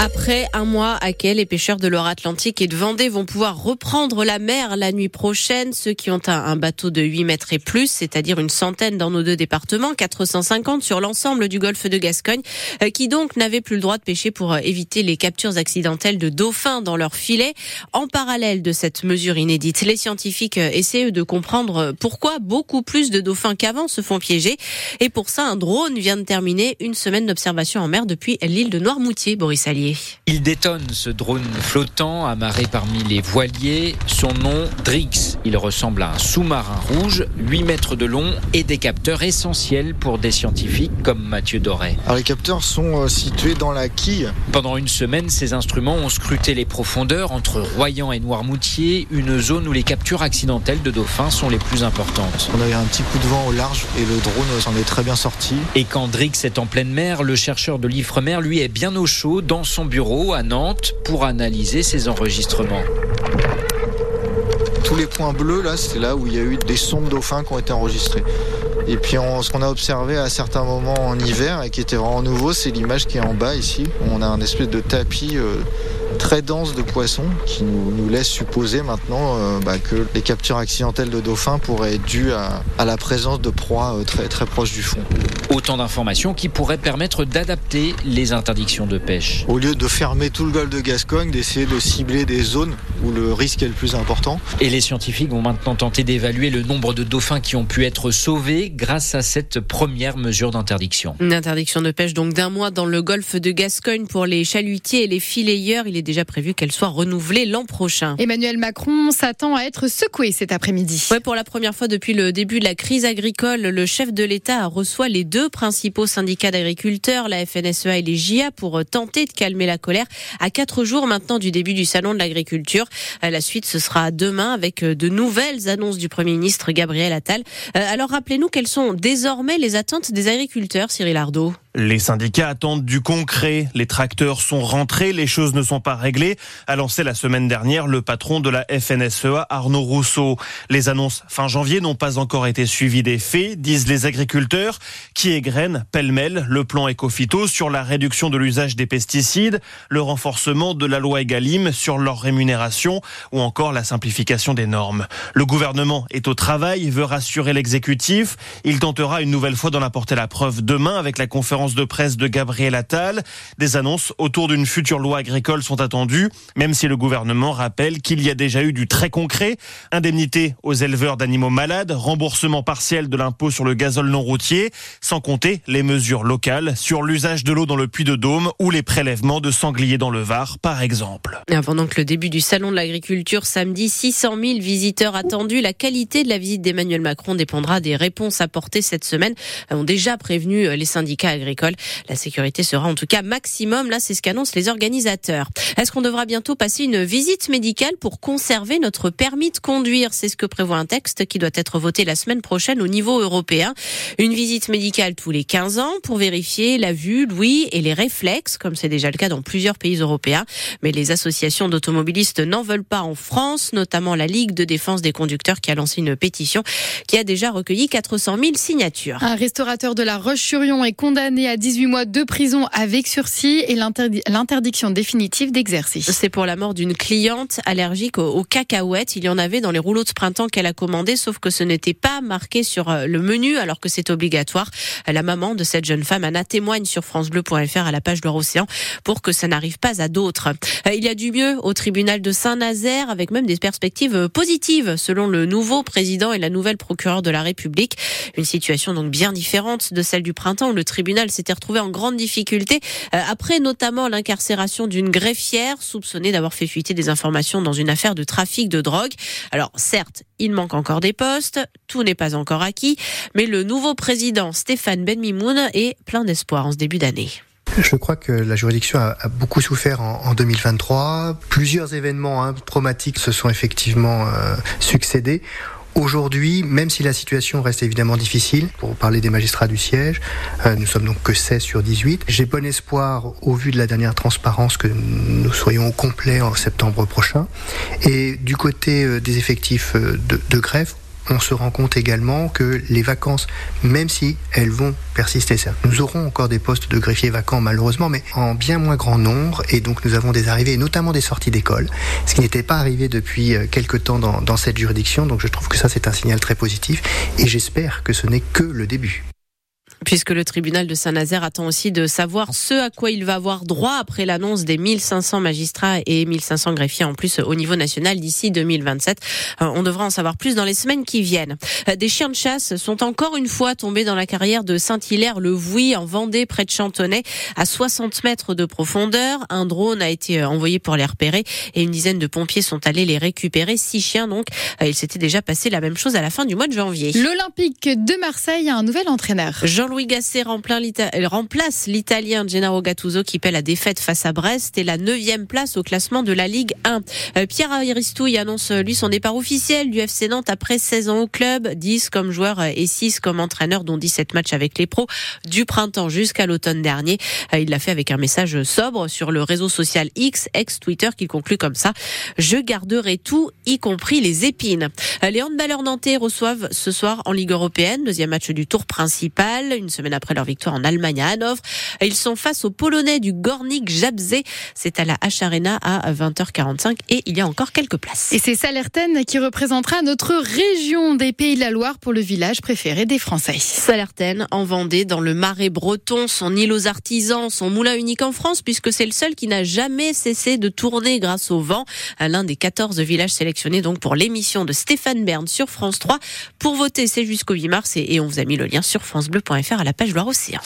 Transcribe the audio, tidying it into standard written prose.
Après un mois à quai, les pêcheurs de Loire-Atlantique et de Vendée vont pouvoir reprendre la mer la nuit prochaine. Ceux qui ont un bateau de 8 mètres et plus, c'est-à-dire une centaine dans nos deux départements, 450 sur l'ensemble du golfe de Gascogne, qui donc n'avaient plus le droit de pêcher pour éviter les captures accidentelles de dauphins dans leurs filets. En parallèle de cette mesure inédite, les scientifiques essaient de comprendre pourquoi beaucoup plus de dauphins qu'avant se font piéger. Et pour ça, un drone vient de terminer une semaine d'observation en mer depuis l'île de Noirmoutier. Boris Allier. Il détonne ce drone flottant amarré parmi les voiliers. Son nom, Drix. Il ressemble à un sous-marin rouge, 8 mètres de long et des capteurs essentiels pour des scientifiques comme Mathieu Doré. Alors les capteurs sont situés dans la quille. Pendant une semaine, ces instruments ont scruté les profondeurs entre Royan et Noirmoutier, une zone où les captures accidentelles de dauphins sont les plus importantes. On a eu un petit coup de vent au large et le drone s'en est très bien sorti. Et quand Drix est en pleine mer, le chercheur de l'Ifremer, lui, est bien au chaud dans son bureau à Nantes pour analyser ses enregistrements. Tous les points bleus, là, c'est là où il y a eu des sons de dauphins qui ont été enregistrés. Et puis ce qu'on a observé à certains moments en hiver et qui était vraiment nouveau, c'est l'image qui est en bas ici. On a un espèce de tapis très dense de poissons qui nous laisse supposer maintenant que les captures accidentelles de dauphins pourraient être dues à la présence de proies très, très proches du fond. Autant d'informations qui pourraient permettre d'adapter les interdictions de pêche. Au lieu de fermer tout le golfe de Gascogne, d'essayer de cibler des zones où le risque est le plus important. Et les scientifiques vont maintenant tenter d'évaluer le nombre de dauphins qui ont pu être sauvés grâce à cette première mesure d'interdiction. Une interdiction de pêche donc d'1 mois dans le golfe de Gascogne pour les chalutiers et les fileyeurs. Il est déjà prévu qu'elle soit renouvelée l'an prochain. Emmanuel Macron s'attend à être secoué cet après-midi. Ouais, pour la première fois depuis le début de la crise agricole, le chef de l'État reçoit les 2 principaux syndicats d'agriculteurs, la FNSEA et les JA, pour tenter de calmer la colère à 4 jours maintenant du début du salon de l'agriculture. La suite, ce sera demain avec de nouvelles annonces du Premier ministre Gabriel Attal. Alors rappelez-nous quelles sont désormais les attentes des agriculteurs, Cyril Ardo. Les syndicats attendent du concret. Les tracteurs sont rentrés, les choses ne sont pas réglées, a lancé la semaine dernière le patron de la FNSEA, Arnaud Rousseau. Les annonces fin janvier n'ont pas encore été suivies des faits, disent les agriculteurs, qui égrènent pêle-mêle le plan Écophyto sur la réduction de l'usage des pesticides, le renforcement de la loi Egalim sur leur rémunération ou encore la simplification des normes. Le gouvernement est au travail, veut rassurer l'exécutif. Il tentera une nouvelle fois d'en apporter la preuve demain avec la conférence de presse de Gabriel Attal. Des annonces autour d'une future loi agricole sont attendues, même si le gouvernement rappelle qu'il y a déjà eu du très concret. Indemnité aux éleveurs d'animaux malades, remboursement partiel de l'impôt sur le gazole non routier, sans compter les mesures locales sur l'usage de l'eau dans le Puy-de-Dôme ou les prélèvements de sangliers dans le Var, par exemple. Et avant donc le début du salon de l'agriculture samedi, 600 000 visiteurs attendus. La qualité de la visite d'Emmanuel Macron dépendra des réponses apportées cette semaine. Ont déjà prévenu les syndicats agricoles. La sécurité sera en tout cas maximum. Là, c'est ce qu'annoncent les organisateurs. Est-ce qu'on devra bientôt passer une visite médicale pour conserver notre permis de conduire? C'est ce que prévoit un texte qui doit être voté la semaine prochaine au niveau européen. Une visite médicale tous les 15 ans pour vérifier la vue, l'ouïe et les réflexes, comme c'est déjà le cas dans plusieurs pays européens. Mais les associations d'automobilistes n'en veulent pas en France, notamment la Ligue de défense des conducteurs qui a lancé une pétition qui a déjà recueilli 400 000 signatures. Un restaurateur de la Roche-sur-Yon est condamné à 18 mois de prison avec sursis et l'interdiction définitive d'exercice. C'est pour la mort d'une cliente allergique aux cacahuètes. Il y en avait dans les rouleaux de printemps qu'elle a commandés, sauf que ce n'était pas marqué sur le menu alors que c'est obligatoire. La maman de cette jeune femme, Anna, témoigne sur francebleu.fr à la page Loire-Océan pour que ça n'arrive pas à d'autres. Il y a du mieux au tribunal de Saint-Nazaire avec même des perspectives positives selon le nouveau président et la nouvelle procureure de la République. Une situation donc bien différente de celle du printemps où le tribunal s'était retrouvé en grande difficulté après notamment l'incarcération d'une greffière soupçonnée d'avoir fait fuiter des informations dans une affaire de trafic de drogue. Alors certes, il manque encore des postes, tout n'est pas encore acquis, mais le nouveau président Stéphane Benmimoun est plein d'espoir en ce début d'année. Je crois que la juridiction a beaucoup souffert en 2023. Plusieurs événements traumatiques se sont effectivement succédés. Aujourd'hui, même si la situation reste évidemment difficile, pour parler des magistrats du siège, nous sommes donc que 16 sur 18. J'ai bon espoir, au vu de la dernière transparence, que nous soyons au complet en septembre prochain. Et du côté des effectifs de greffe, on se rend compte également que les vacances, même si elles vont persister, nous aurons encore des postes de greffiers vacants malheureusement, mais en bien moins grand nombre, et donc nous avons des arrivées, notamment des sorties d'école, ce qui n'était pas arrivé depuis quelque temps dans cette juridiction, donc je trouve que ça c'est un signal très positif, et j'espère que ce n'est que le début. Puisque le tribunal de Saint-Nazaire attend aussi de savoir ce à quoi il va avoir droit après l'annonce des 1500 magistrats et 1500 greffiers en plus au niveau national d'ici 2027. On devra en savoir plus dans les semaines qui viennent. Des chiens de chasse sont encore une fois tombés dans la carrière de Saint-Hilaire-le-Vouy en Vendée, près de Chantonnay, à 60 mètres de profondeur. Un drone a été envoyé pour les repérer et une dizaine de pompiers sont allés les récupérer. 6 chiens donc. Il s'était déjà passé la même chose à la fin du mois de janvier. L'Olympique de Marseille a un nouvel entraîneur. Jean-Louis Gasset remplace l'Italien Gennaro Gattuso qui paie la défaite face à Brest et la 9e place au classement de la Ligue 1. Pierre Aristouille annonce lui son départ officiel du FC Nantes après 16 ans au club, 10 comme joueur et 6 comme entraîneur, dont 17 matchs avec les pros du printemps jusqu'à l'automne dernier. Il l'a fait avec un message sobre sur le réseau social X, ex-Twitter, qui conclut comme ça: je garderai tout, y compris les épines. Les handballeurs nantais reçoivent ce soir en Ligue européenne, deuxième match du tour principal, une semaine après leur victoire en Allemagne à Hanovre. Ils sont face aux Polonais du Górnik Zabrze. C'est à la H Arena à 20h45 et il y a encore quelques places. Et c'est Salertaine qui représentera notre région des Pays de la Loire pour le village préféré des Français. Salertaine, en Vendée, dans le Marais breton, son île aux artisans, son moulin unique en France, puisque c'est le seul qui n'a jamais cessé de tourner grâce au vent. L'un des 14 villages sélectionnés donc pour l'émission de Stéphane Bern sur France 3. Pour voter, c'est jusqu'au 8 mars et on vous a mis le lien sur francebleu.fr à la page Loire-Océan.